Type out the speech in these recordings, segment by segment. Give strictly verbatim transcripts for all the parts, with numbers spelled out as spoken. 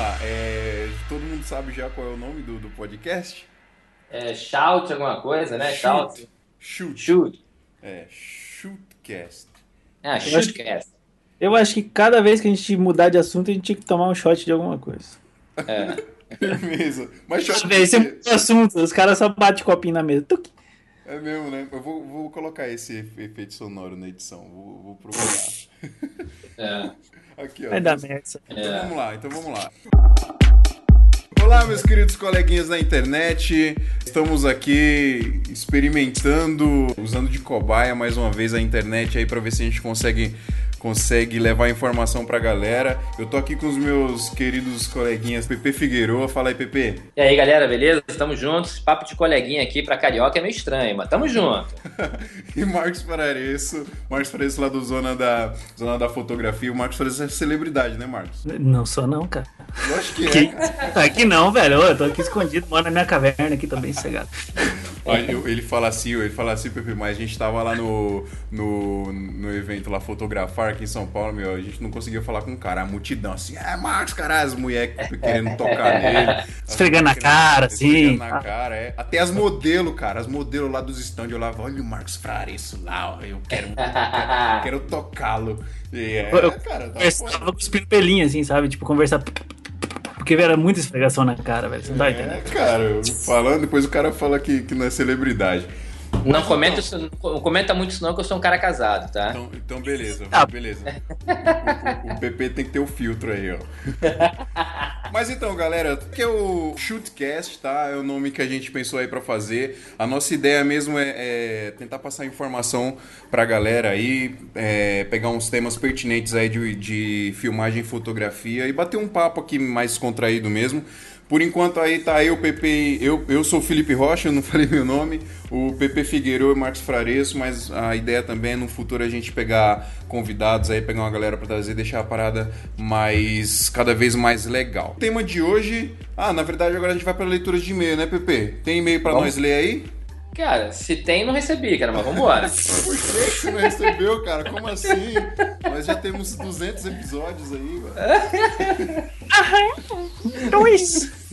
lá. É, todo mundo sabe já qual é o nome do, do podcast? É, shout alguma coisa, né? Shoot. Shout. Shoot. Shoot. É, Shootcast. Ah, Eu acho, shootcast. eu acho que cada vez que a gente mudar de assunto, a gente tinha que tomar um shot de alguma coisa. É. Firmeza. Mas shot Vê, de você muda quê? o assunto, os caras só batem copinho na mesa. Tuc. É mesmo, né? Eu vou, vou colocar esse efe- efeito sonoro na edição. Vou, vou procurar. É. Aqui, ó. Vai dar merda. Isso aí. Então É. vamos lá, então vamos lá. Olá, meus queridos coleguinhas da internet. Estamos aqui experimentando, usando de cobaia mais uma vez a internet aí para ver se a gente consegue consegue levar informação pra galera. Eu tô aqui com os meus queridos coleguinhas Pepe Figueroa. Fala aí, Pepe. E aí, galera, beleza? Tamo juntos. Papo de coleguinha aqui pra carioca é meio estranho, mas tamo junto. E Marcos Parareço. Marcos Parareço lá do Zona da, Zona da Fotografia. O Marcos Parareço é celebridade, né, Marcos? Não sou não, cara. Lógico que é, Que... cara. Aqui não, velho. Eu tô aqui escondido, moro na minha caverna aqui, tô bem sossegado. Olha, eu- ele fala assim, ele fala assim, Pepe, mas a gente tava lá no, no, no evento lá, fotografar aqui em São Paulo, meu, a gente não conseguia falar com o cara, a multidão assim, é Marcos, caralho, as mulheres querendo tocar nele. Esfregando na cara, assim. Esfregando na cara, é. Até as modelos, cara, as modelos lá dos stands, eu lá, olha o Marcos Fraresso lá, ó, eu quero, quero, quero tocá-lo. E é, Eu cara, tá conversava cuspindo pelinho, assim, sabe? Tipo, conversar... Porque era muita esfregação na cara, velho. Você não tá É, entendendo. cara, eu falando, depois o cara fala que, que não é celebridade. Não comenta, isso, não comenta muito isso não, que eu sou um cara casado, tá? Então, então beleza, Ah. beleza. O, o- o P P tem que ter o filtro aí, ó. Mas então, galera, que é o Shootcast, tá? É o nome que a gente pensou aí pra fazer. A nossa ideia mesmo é, é tentar passar informação pra galera aí, é, pegar uns temas pertinentes aí de, de filmagem e fotografia e bater um papo aqui mais contraído mesmo. Por enquanto aí tá aí o Pepe, eu, eu sou o Felipe Rocha, eu não falei meu nome, o Pepe Figueiredo e o Marcos Fraresso, mas a ideia também é no futuro a gente pegar convidados aí, pegar uma galera pra trazer, deixar a parada mais, cada vez mais legal. O tema de hoje, ah, na verdade agora a gente vai pra leitura de e-mail, né, Pepe? Tem e-mail pra Vamos. nós ler aí? Cara, se tem, não recebi, cara, mas vambora. Por que você não recebeu, cara? Como assim? Nós já temos duzentos episódios aí, mano. Dois!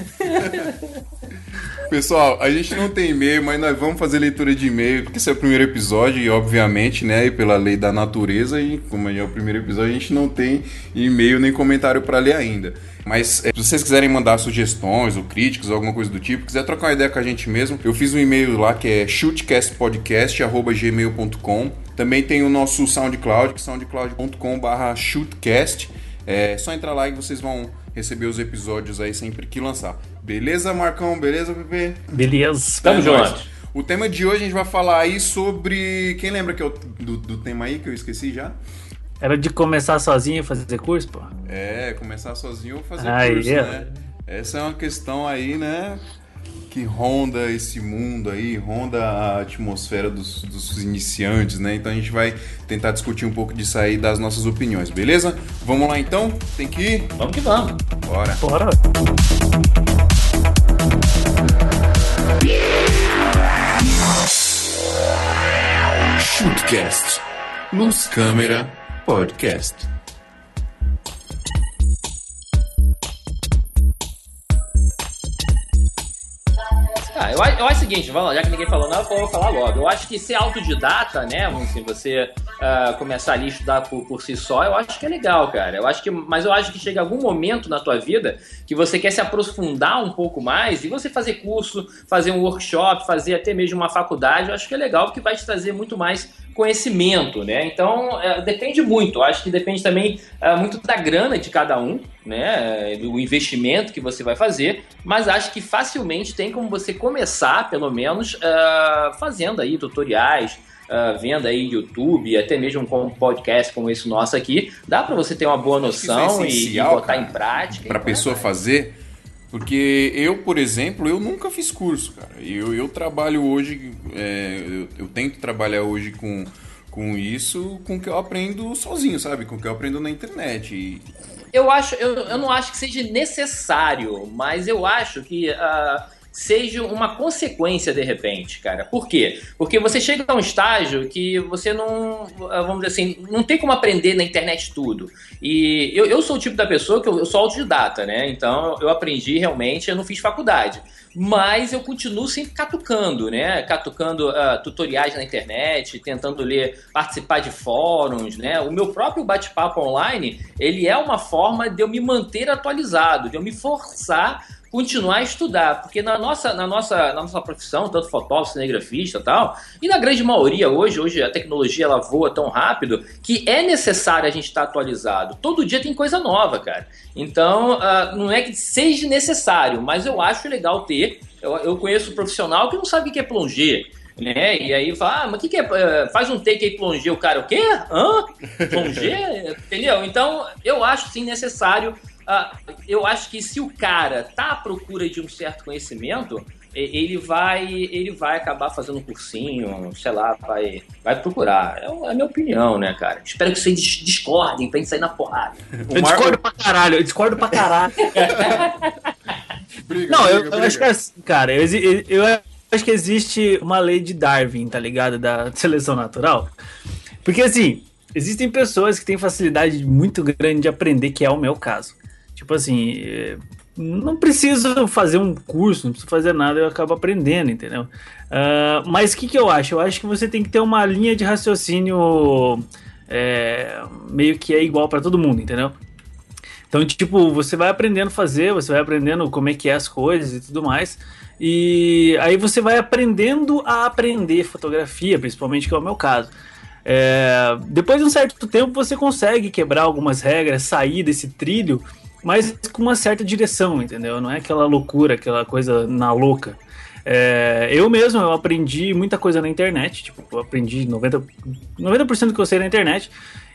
Pessoal, a gente não tem e-mail, mas nós vamos fazer leitura de e-mail, porque esse é o primeiro episódio e, obviamente, né, e pela lei da natureza, e como é o primeiro episódio, a gente não tem e-mail nem comentário para ler ainda. Mas é, se vocês quiserem mandar sugestões ou críticas ou alguma coisa do tipo, quiser trocar uma ideia com a gente mesmo, eu fiz um e-mail lá que é shootcastpodcast arroba gmail ponto com. Também tem o nosso SoundCloud, que é soundcloud ponto com barra shootcast. É só entrar lá e vocês vão receber os episódios aí sempre que lançar. Beleza, Marcão? Beleza, Pepe? Beleza. Tamo É junto. nóis. O tema de hoje a gente vai falar aí sobre... Quem lembra que é o, do, do tema aí que eu esqueci já? Era de começar sozinho e fazer curso, pô? É, começar sozinho ou fazer Aí, curso, é. né? Essa é uma questão aí, né? Que ronda esse mundo aí, ronda a atmosfera dos, dos iniciantes, né? Então a gente vai tentar discutir um pouco disso aí, das nossas opiniões, beleza? Vamos lá então? Tem que ir? Vamos que vamos. Bora! Bora. Shootcast. Luz Câmera Podcast. Ah, eu, acho- eu acho o seguinte, vamos lá, já que ninguém falou nada, eu vou falar logo. Eu acho que ser autodidata, né, vamos assim, você ah, começar ali a estudar por, por si só, eu acho que é legal, cara. Eu acho que, mas eu acho que chega algum momento na tua vida que você quer se aprofundar um pouco mais e você fazer curso, fazer um workshop, fazer até mesmo uma faculdade, eu acho que é legal porque vai te trazer muito mais conhecimento, né? Então, é, depende muito. Eu acho que depende também é, muito da grana de cada um, né? Do investimento que você vai fazer, mas acho que facilmente tem como você começar, pelo menos, é, fazendo aí tutoriais, é, vendo aí YouTube, até mesmo com um podcast como esse nosso aqui, dá para você ter uma boa Acho que isso é noção e, e essencial, botar cara, em prática. pra e pessoa vai. fazer, porque eu, por exemplo, eu nunca fiz curso, cara. Eu, eu trabalho hoje, é, eu, eu tento trabalhar hoje com, com isso, com o que eu aprendo sozinho, sabe? Com o que eu aprendo na internet. E, Eu acho, eu, eu não acho que seja necessário, mas eu acho que ah, seja uma consequência de repente, cara. Por quê? Porque você chega a um estágio que você não, vamos dizer assim, não tem como aprender na internet tudo. E eu, eu sou o tipo da pessoa que eu, eu sou autodidata, né? Então eu aprendi realmente, eu não fiz faculdade. Mas eu continuo sempre catucando, né? Catucando uh, tutoriais na internet, tentando ler, participar de fóruns, né? O meu próprio bate-papo online, ele é uma forma de eu me manter atualizado, de eu me forçar continuar a estudar, porque na nossa, na nossa, na nossa profissão, tanto fotógrafo, cinegrafista e tal, e na grande maioria hoje, hoje a tecnologia ela voa tão rápido que é necessário a gente estar atualizado. Todo dia tem coisa nova, cara. Então, uh, não é que seja necessário, mas eu acho legal ter. Eu, eu conheço um profissional que não sabe o que é plongé, né? E aí fala, ah, mas o que, que é? Uh, faz um take aí, plongé. O cara, o quê? Hã? Plongé? Entendeu? Então, eu acho sim necessário. Uh, eu acho que se o cara tá à procura de um certo conhecimento, ele vai, ele vai acabar fazendo um cursinho, sei lá, vai, vai procurar. É a minha opinião, né, cara? Espero que vocês discordem pra gente sair na porrada. Eu Mar... discordo pra caralho, eu discordo pra caralho. briga, Não, briga, eu, briga. eu acho que, assim, cara, eu, eu, eu acho que existe uma lei de Darwin, tá ligado? Da seleção natural. Porque, assim, existem pessoas que têm facilidade muito grande de aprender, que é o meu caso. Tipo assim, não preciso fazer um curso, não preciso fazer nada, eu acabo aprendendo, entendeu? Uh, mas o que, que eu acho? Eu acho que você tem que ter uma linha de raciocínio é, meio que é igual para todo mundo, entendeu? Então, tipo, você vai aprendendo a fazer, você vai aprendendo como é que é as coisas e tudo mais, e aí você vai aprendendo a aprender fotografia, principalmente, que é o meu caso. É, depois de um certo tempo você consegue quebrar algumas regras, sair desse trilho, mas com uma certa direção, entendeu? Não é aquela loucura, aquela coisa na louca. É, eu mesmo, eu aprendi muita coisa na internet, tipo, eu aprendi noventa por cento do que eu sei na internet,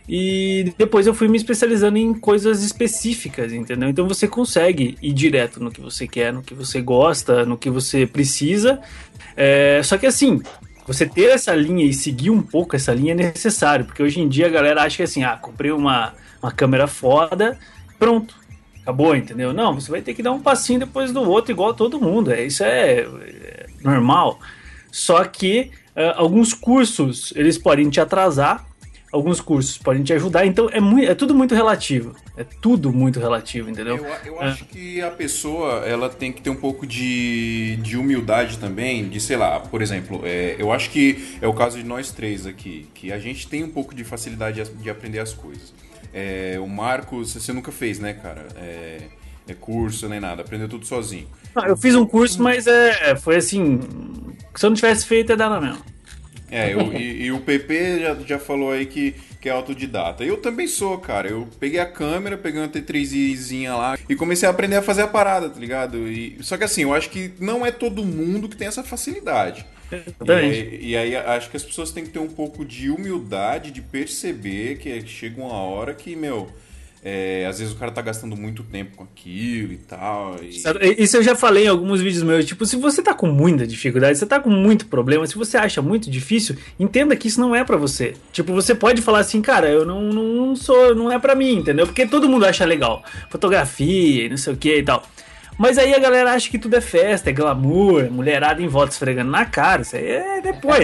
e depois eu fui me especializando em coisas específicas, entendeu? Então você consegue ir direto no que você quer, no que você gosta, no que você precisa, é, só que assim, você ter essa linha e seguir um pouco essa linha é necessário, porque hoje em dia a galera acha que assim, ah, comprei uma, uma câmera foda, pronto. Acabou, entendeu? Não, você vai ter que dar um passinho depois do outro, igual todo mundo. É, isso é, é normal. Só que uh, alguns cursos, eles podem te atrasar, alguns cursos podem te ajudar. Então, é, muito, é tudo muito relativo. É tudo muito relativo, entendeu? Eu, eu acho é. que a pessoa, ela tem que ter um pouco de, de humildade também, de, sei lá, por exemplo, é, eu acho que é o caso de nós três aqui, que a gente tem um pouco de facilidade de, de aprender as coisas. É, o Marcos, você nunca fez, né, cara? É, é curso nem nada, aprendeu tudo sozinho. Não, eu fiz um curso, mas é, foi assim, se eu não tivesse feito, é dar mesmo. É, eu, e, e o P P já, já falou aí que, que é autodidata. Eu também sou, cara. Eu peguei a câmera, peguei uma T três izinha lá e comecei a aprender a fazer a parada, tá ligado? E, só que assim, eu acho que não é todo mundo que tem essa facilidade. E aí, e aí acho que as pessoas têm que ter um pouco de humildade, de perceber que chega uma hora que, meu, é, às vezes o cara tá gastando muito tempo com aquilo e tal. E... Isso eu já falei em alguns vídeos meus. Tipo, se você tá com muita dificuldade, você tá com muito problema, se você acha muito difícil, entenda que isso não é pra você. Tipo, você pode falar assim, cara, eu não, não sou, não é pra mim, entendeu? Porque todo mundo acha legal. Fotografia, não sei o que e tal. Mas aí a galera acha que tudo é festa, é glamour, mulherada em volta esfregando na cara. Isso aí é depois.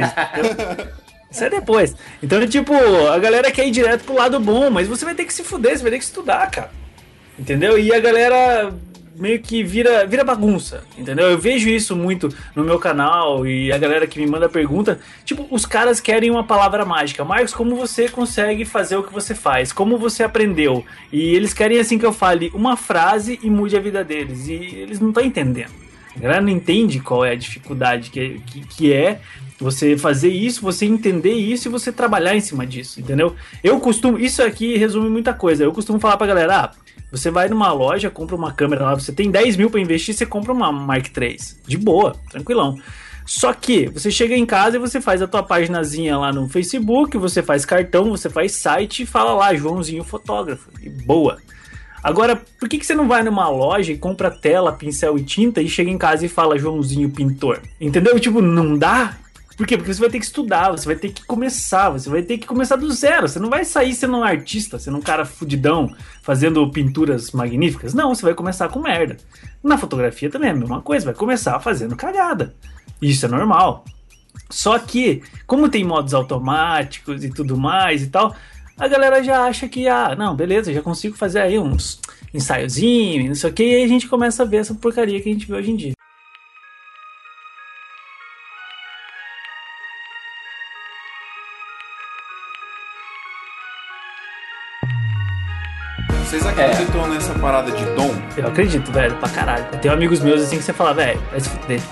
Isso é depois. Então, tipo, a galera quer ir direto pro lado bom, mas você vai ter que se fuder, você vai ter que estudar, cara. Entendeu? E a galera meio que vira, vira bagunça, entendeu? Eu vejo isso muito no meu canal e a galera que me manda pergunta, tipo, os caras querem uma palavra mágica. Marcos, como você consegue fazer o que você faz? Como você aprendeu? E eles querem, assim, que eu fale uma frase e mude a vida deles. E eles não estão entendendo. A galera não entende qual é a dificuldade que, que, que é você fazer isso, você entender isso e você trabalhar em cima disso, entendeu? Eu costumo, isso aqui resume muita coisa, eu costumo falar pra galera, ah, você vai numa loja, compra uma câmera lá, você tem dez mil pra investir, você compra uma Mark três, de boa, tranquilão. Só que você chega em casa e você faz a tua paginazinha lá no Facebook, você faz cartão, você faz site e fala lá, Joãozinho Fotógrafo, e boa. Agora, por que, que você não vai numa loja e compra tela, pincel e tinta e chega em casa e fala Joãozinho Pintor? Entendeu? Tipo, não dá... Por quê? Porque você vai ter que estudar, você vai ter que começar, você vai ter que começar do zero. Você não vai sair sendo um artista, sendo um cara fudidão, fazendo pinturas magníficas. Não, você vai começar com merda. Na fotografia também é a mesma coisa, vai começar fazendo cagada. Isso é normal. Só que, como tem modos automáticos e tudo mais e tal, a galera já acha que, ah, não, beleza, já consigo fazer aí uns ensaiozinhos, não sei o que, e aí a gente começa a ver essa porcaria que a gente vê hoje em dia. Vocês acreditam é. nessa parada de dom? Eu acredito, velho, pra caralho. Eu tenho amigos meus assim que você fala, velho, vai se fuder.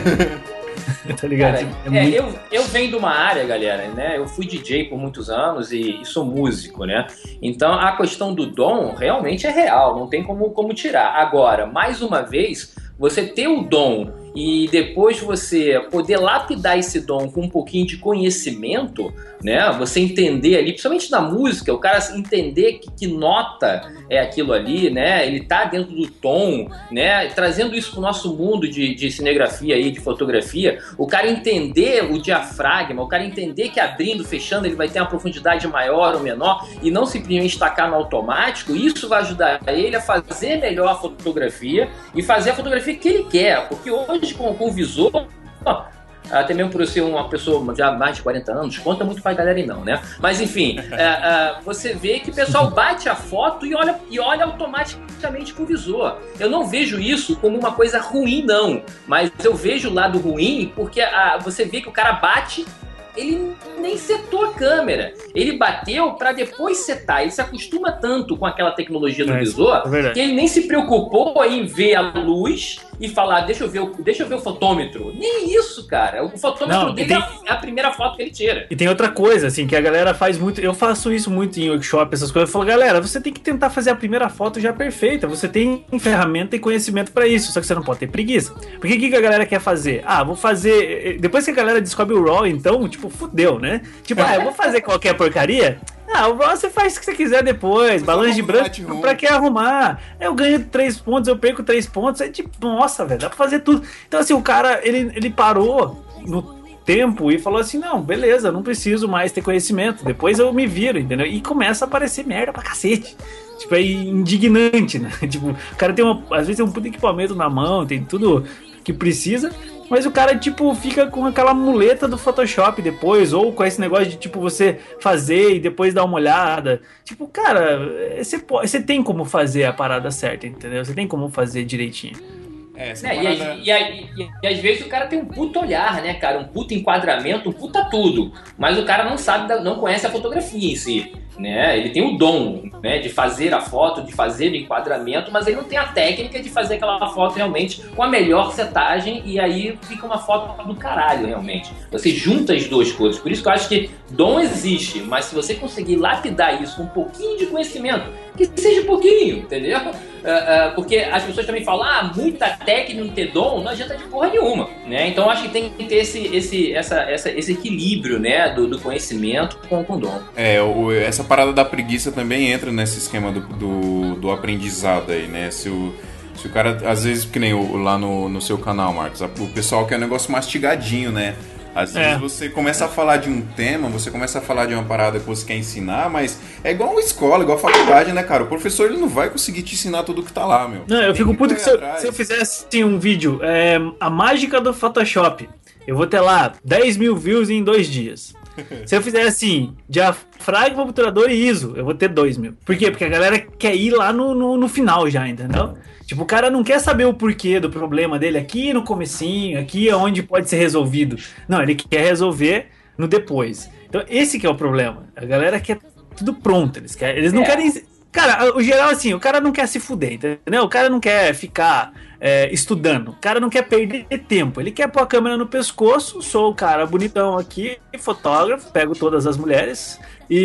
Tá ligado? Cara, é, é muito... eu, eu venho de uma área, galera, né? Eu fui D J por muitos anos e, e sou músico, né? Então a questão do dom realmente é real, não tem como, como tirar. Agora, mais uma vez, você ter o dom e depois você poder lapidar esse dom com um pouquinho de conhecimento, né? Você entender ali, principalmente na música, o cara entender que, que nota é aquilo ali, né? Ele tá dentro do tom, né? Trazendo isso pro nosso mundo de, de cinegrafia aí, de fotografia, o cara entender o diafragma, o cara entender que abrindo, fechando, ele vai ter uma profundidade maior ou menor e não simplesmente tacar no automático, isso vai ajudar ele a fazer melhor a fotografia e fazer a fotografia que ele quer, porque hoje Com, com o visor, ó, até mesmo por eu ser uma pessoa já mais de quarenta anos, conta muito pra galera aí não, né? Mas enfim, é, é, você vê que o pessoal bate a foto e olha, e olha automaticamente pro visor. Eu não vejo isso como uma coisa ruim, não. Mas eu vejo o lado ruim porque a, você vê que o cara bate, ele nem setou a câmera. Ele bateu para depois setar. Ele se acostuma tanto com aquela tecnologia do é, visor é que ele nem se preocupou em ver a luz e falar, deixa eu ver o, deixa eu ver o fotômetro. Nem isso, cara. O fotômetro Não, dele tem... é a primeira foto que ele tira. E tem outra coisa, assim, que a galera faz muito... Eu faço isso muito em workshop, essas coisas. Eu falo, galera, você tem que tentar fazer a primeira foto já perfeita. Você tem ferramenta e conhecimento para isso. Só que você não pode ter preguiça. Porque o que, que a galera quer fazer? Ah, vou fazer... Depois que a galera descobre o RAW, então, tipo, fudeu, né? Tipo, ah, eu vou fazer qualquer porcaria... Ah, o RAW você faz o que você quiser depois, balanço de branco, pra que arrumar? Eu ganho três pontos, eu perco três pontos, é tipo, nossa, velho, dá pra fazer tudo. Então assim, o cara, ele, ele parou no tempo e falou assim, não, beleza, não preciso mais ter conhecimento, depois eu me viro, entendeu? E começa a aparecer merda pra cacete. Tipo, é indignante, né? Tipo, o cara tem uma, às vezes tem um puto equipamento na mão, tem tudo que precisa... Mas o cara, tipo, fica com aquela muleta do Photoshop depois, ou com esse negócio de, tipo, você fazer e depois dar uma olhada. Tipo, cara, você, pode, você tem como fazer a parada certa, entendeu? Você tem como fazer direitinho. É, essa é, parada... e, e, e, e às vezes o cara tem um puto olhar, né, cara? Um puto enquadramento, um puta tudo. Mas o cara não sabe, não conhece a fotografia em si. Né? Ele tem o dom, né, de fazer a foto, de fazer o enquadramento, mas ele não tem a técnica de fazer aquela foto realmente com a melhor setagem e aí fica uma foto do caralho realmente. Você junta as duas coisas. Por isso que eu acho que dom existe, mas se você conseguir lapidar isso com um pouquinho de conhecimento, que seja pouquinho, entendeu? Uh, uh, porque as pessoas também falam, ah, muita técnica não ter dom, não adianta de porra nenhuma, né? Então eu acho que tem que ter esse, esse, essa, essa, esse equilíbrio, né, do, do conhecimento com, com o dom. É, o, essa parada da preguiça também entra nesse esquema do, do, do aprendizado aí, né? Se o, se o cara, às vezes, que nem o, lá no, no seu canal, Marcos, o pessoal quer um negócio mastigadinho, né? Às vezes é. você começa a falar de um tema, você começa a falar de uma parada que você quer ensinar, mas é igual a escola, igual a faculdade, né, cara? O professor ele não vai conseguir te ensinar tudo que tá lá, meu. Não, eu fico puto que se eu, se eu fizesse assim, um vídeo, é, a mágica do Photoshop, eu vou ter lá dez mil views em dois dias. Se eu fizer assim, diafragma, obturador e I S O, eu vou ter dois mil. Por quê? Porque a galera quer ir lá no, no, no final já, entendeu? Tipo, o cara não quer saber o porquê do problema dele aqui no comecinho, aqui é onde pode ser resolvido. Não, ele quer resolver no depois. Então esse que é o problema. A galera quer tudo pronto. Eles, querem, eles não é. querem... Cara, o geral assim, o cara não quer se fuder, entendeu? O cara não quer ficar é, estudando. O cara não quer perder tempo. Ele quer pôr a câmera no pescoço, sou o cara bonitão aqui, fotógrafo, pego todas as mulheres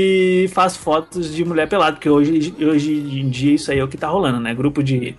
e faço fotos de mulher pelada, porque hoje, hoje em dia isso aí é o que tá rolando, né? Grupo de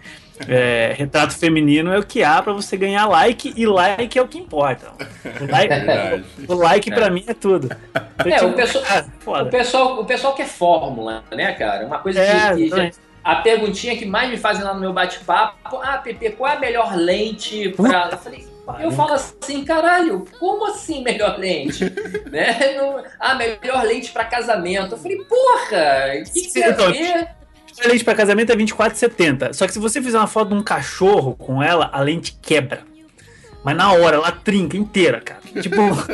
é, retrato feminino é o que há pra você ganhar like, e like é o que importa. O like, é o like pra é. mim é tudo. Eu, é, tipo, o, pessoal, ah, o, pessoal, o pessoal quer fórmula, né, cara? Uma coisa é, que... que a perguntinha que mais me fazem lá no meu bate-papo, ah, Pepe, qual é a melhor lente pra... Eu falei, pariu. Eu falo assim, caralho, como assim melhor lente? né? Eu, ah, melhor lente pra casamento. Eu falei, porra, o que, que tem a ver? A lente pra casamento é vinte e quatro setenta. Só que se você fizer uma foto de um cachorro com ela, a lente quebra. Mas na hora, ela trinca inteira, cara. Tipo...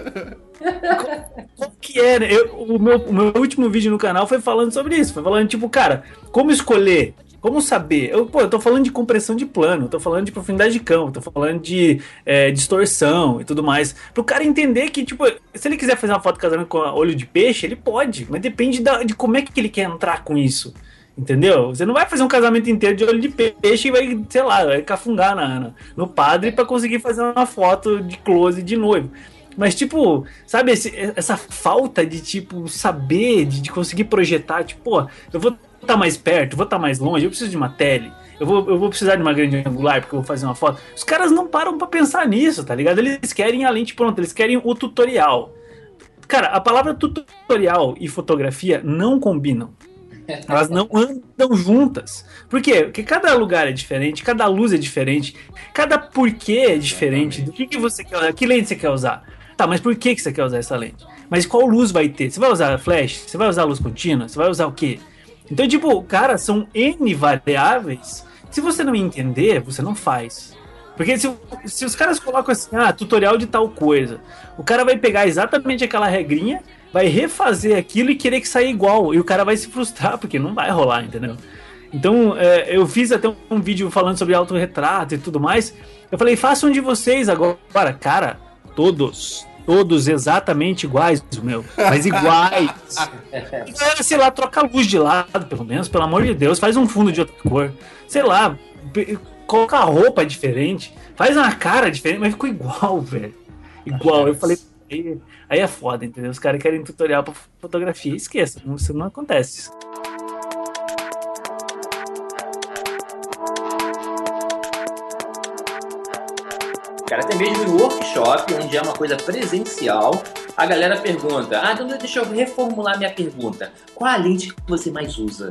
Como que é, né? Eu, o, meu, o meu último vídeo no canal foi falando sobre isso. Foi falando, tipo, cara, como escolher? Como saber? Eu, pô, eu tô falando de compressão de plano, tô falando de profundidade de campo, tô falando de é, distorção e tudo mais. Pro cara entender que, tipo, se ele quiser fazer uma foto de casamento com olho de peixe, ele pode. Mas depende da, de como é que ele quer entrar com isso. Entendeu? Você não vai fazer um casamento inteiro de olho de peixe e vai, sei lá, vai cafungar na, na, no padre pra conseguir fazer uma foto de close de noivo. Mas, tipo, sabe, esse, essa falta de, tipo, saber, de, de conseguir projetar, tipo, pô, eu vou estar mais perto, vou estar mais longe, eu preciso de uma tele, eu vou, eu vou precisar de uma grande angular porque eu vou fazer uma foto. Os caras não param pra pensar nisso, tá ligado? Eles querem a lente pronta, eles querem o tutorial. Cara, a palavra tutorial e fotografia não combinam. Elas não andam juntas. Por quê? Porque cada lugar é diferente, cada luz é diferente, cada porquê é diferente. Exatamente. Do que, que você quer usar, que lente você quer usar. Tá, mas por que, que você quer usar essa lente? Mas qual luz vai ter? Você vai usar flash? Você vai usar luz contínua? Você vai usar o quê? Então, tipo, cara, são N variáveis. Se você não entender, você não faz. Porque se, se os caras colocam assim, ah, tutorial de tal coisa, o cara vai pegar exatamente aquela regrinha, vai refazer aquilo e querer que saia igual. E o cara vai se frustrar, porque não vai rolar, entendeu? Então, é, eu fiz até um vídeo falando sobre autorretrato e tudo mais. Eu falei, faça um de vocês agora. Cara, todos, todos exatamente iguais, meu, mas iguais. E, sei lá, troca a luz de lado, pelo menos, pelo amor de Deus, faz um fundo de outra cor, sei lá, coloca a roupa diferente, faz uma cara diferente, mas ficou igual, velho, igual. Eu falei, aí, aí é foda, entendeu? Os caras querem tutorial pra fotografia, esqueça, isso não acontece. Cara, até mesmo em workshop, onde é uma coisa presencial, a galera pergunta, ah, então deixa eu reformular minha pergunta. Qual a lente que você mais usa?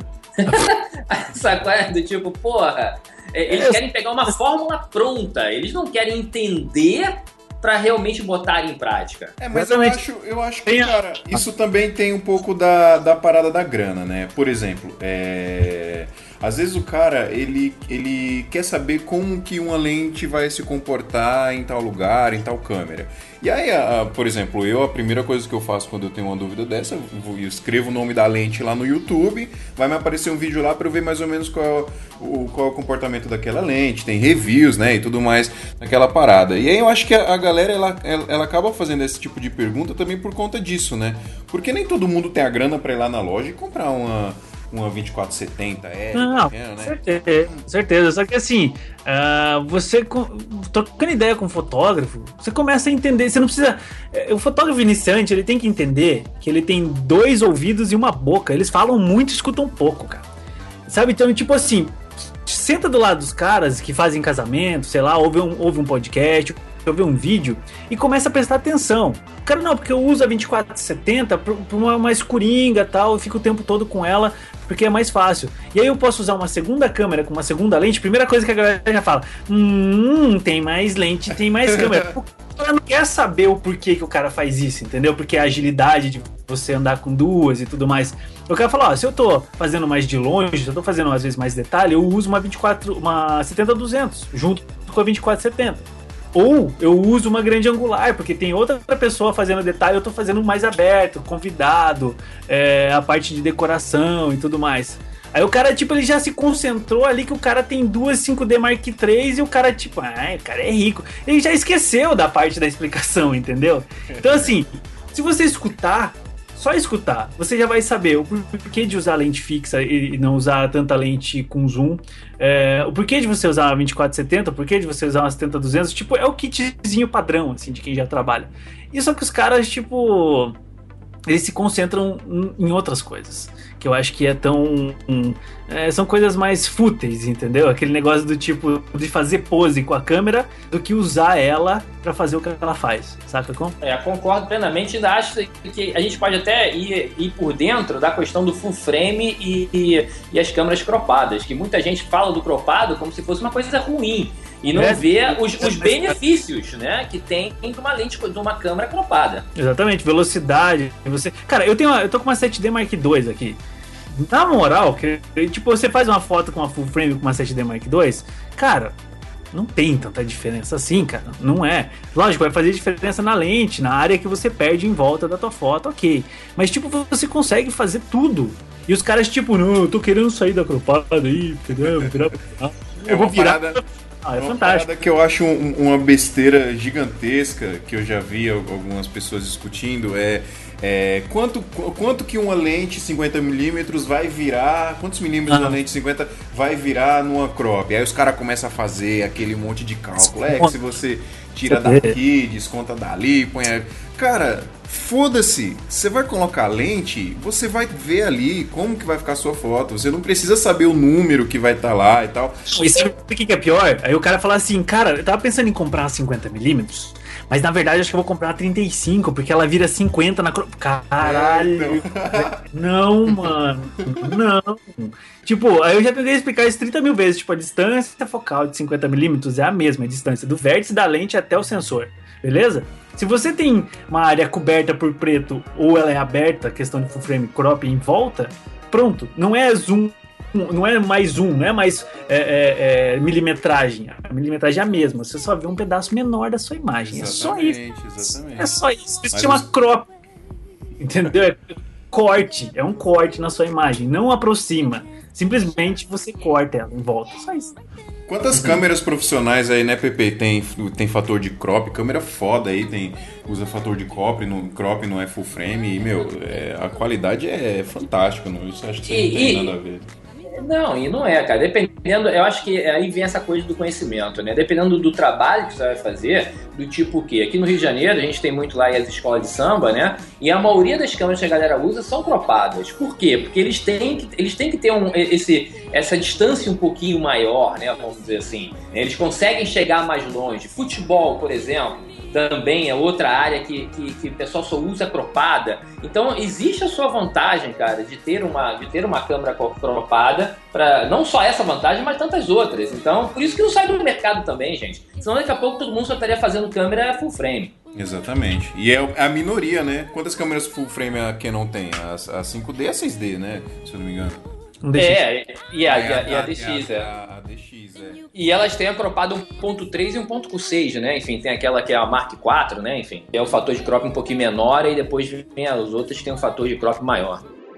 Sacou? Do tipo, porra, eles querem pegar uma fórmula pronta, eles não querem entender pra realmente botar em prática. É, mas eu acho, eu acho que, cara, isso também tem um pouco da, da parada da grana, né? Por exemplo, é... às vezes o cara, ele, ele quer saber como que uma lente vai se comportar em tal lugar, em tal câmera. E aí, a, a, por exemplo, eu, a primeira coisa que eu faço quando eu tenho uma dúvida dessa, eu, eu escrevo o nome da lente lá no YouTube, vai me aparecer um vídeo lá para eu ver mais ou menos qual, o, qual é o comportamento daquela lente, tem reviews, né, e tudo mais, naquela parada. E aí eu acho que a, a galera, ela, ela, ela acaba fazendo esse tipo de pergunta também por conta disso, né? Porque nem todo mundo tem a grana para ir lá na loja e comprar uma... uma vinte e quatro setenta R, não, né? certeza, certeza. Só que assim, uh, você trocando ideia com o fotógrafo, você começa a entender. Você não precisa. O fotógrafo iniciante, ele tem que entender que ele tem dois ouvidos e uma boca. Eles falam muito e escutam pouco, cara. Sabe? Então, tipo assim, senta do lado dos caras que fazem casamento, sei lá, ouve um, ouve um podcast, ouve um vídeo e começa a prestar atenção. Cara, não, porque eu uso a vinte e quatro setenta pra uma mais coringa e tal, eu fico o tempo todo com ela, porque é mais fácil. E aí eu posso usar uma segunda câmera com uma segunda lente, primeira coisa que a galera já fala, hum, tem mais lente, tem mais câmera. O cara não quer saber o porquê que o cara faz isso, entendeu? Porque a agilidade de você andar com duas e tudo mais. Eu quero falar, ó, se eu tô fazendo mais de longe, se eu tô fazendo às vezes mais detalhe, eu uso uma vinte e quatro, uma setenta duzentos, junto com a vinte e quatro setenta. Ou eu uso uma grande angular, porque tem outra pessoa fazendo detalhe, eu tô fazendo mais aberto, convidado, é, a parte de decoração e tudo mais. Aí o cara, tipo, ele já se concentrou ali que o cara tem duas cinco D Mark três e o cara, tipo, ah, o cara é rico. Ele já esqueceu da parte da explicação, entendeu? Então, assim, se você escutar, só escutar, você já vai saber o porquê de usar lente fixa e não usar tanta lente com zoom, é, o porquê de você usar uma vinte e quatro setenta, o porquê de você usar uma setenta duzentos, tipo, é o kitzinho padrão, assim, de quem já trabalha. E só que os caras, tipo, eles se concentram em outras coisas. que eu acho que é tão... Um, é, são coisas mais fúteis, entendeu? Aquele negócio do tipo de fazer pose com a câmera do que usar ela pra fazer o que ela faz, saca como? É, concordo plenamente, ainda acho que a gente pode até ir, ir por dentro da questão do full frame e, e, e as câmeras cropadas, que muita gente fala do cropado como se fosse uma coisa ruim e não é, vê os, os benefícios, né, que tem de uma lente, de uma câmera cropada. Exatamente, velocidade, você... Cara, eu tenho uma, eu tô com uma sete D Mark dois aqui. Na moral, que, tipo, você faz uma foto com uma full frame com uma sete D Mark dois, cara, não tem tanta diferença assim, cara. Não é. Lógico, vai fazer diferença na lente, na área que você perde em volta da tua foto, ok. Mas, tipo, você consegue fazer tudo. E os caras, tipo, não, eu tô querendo sair da cropada aí, entendeu? Virar... Eu vou virar... Parada... Ah, é uma fantástico. Parada que eu acho um, uma besteira gigantesca, que eu já vi algumas pessoas discutindo, é... É, quanto, quanto que uma lente cinquenta milímetros vai virar, quantos milímetros ah. uma lente cinquenta vai virar numa crop? Aí os caras começam a fazer aquele monte de cálculo. É que se você tira daqui, desconta dali, põe... A... Cara, foda-se. Você vai colocar a lente, você vai ver ali como que vai ficar a sua foto. Você não precisa saber o número que vai estar tá lá e tal. E sabe o que é pior? Aí o cara fala assim, cara, eu tava pensando em comprar uma cinquenta milímetros, mas na verdade acho que eu vou comprar a trinta e cinco, porque ela vira cinquenta na crop. Caralho! É, não. não, mano. Não. Tipo, aí eu já tentei explicar isso trinta mil vezes. Tipo, a distância focal de cinquenta milímetros é a mesma, a distância do vértice da lente até o sensor. Beleza? Se você tem uma área coberta por preto ou ela é aberta, questão de full frame crop em volta, pronto. Não é zoom, não é mais zoom, não é mais é, é, é, milimetragem. A milimetragem é a mesma. Você só vê um pedaço menor da sua imagem. Exatamente, é só isso. Exatamente. É só isso. Isso se chama os... crop. Entendeu? É corte. É um corte na sua imagem. Não aproxima. Simplesmente você corta ela em volta. Só isso. Quantas câmeras profissionais aí, né, Pepe, tem, tem fator de crop, câmera foda aí, tem, usa fator de crop, no, crop não é full frame, e, meu, é, a qualidade é fantástica, não? Isso acho que e, não tem e, nada a ver. Não, e não é, cara. Dependendo, eu acho que aí vem essa coisa do conhecimento, né? Dependendo do trabalho que você vai fazer, do tipo o quê? Aqui no Rio de Janeiro, a gente tem muito lá as escolas de samba, né? E a maioria das câmeras que a galera usa são cropadas. Por quê? Porque eles têm que, eles têm que ter um, esse, essa distância um pouquinho maior, né? Vamos dizer assim. Eles conseguem chegar mais longe. Futebol, por exemplo, também é outra área que, que, que o pessoal só usa cropada. Então existe a sua vantagem, cara, de ter uma, de ter uma câmera cropada, pra, não só essa vantagem, mas tantas outras. Então, por isso que não sai do mercado também, gente. Senão daqui a pouco todo mundo só estaria fazendo câmera full frame. Exatamente. E é a minoria, né? Quantas câmeras full frame a Canon tem? A, a cinco D e a seis D, né? Se eu não me engano. Um é, e a, e a, e a D X, é. A, a D X, é. E elas têm a cropada um ponto três e um ponto seis, né? Enfim, tem aquela que é a Mark quatro, né? Enfim, é o fator de crop um pouquinho menor e depois vem as outras que tem um fator de crop maior.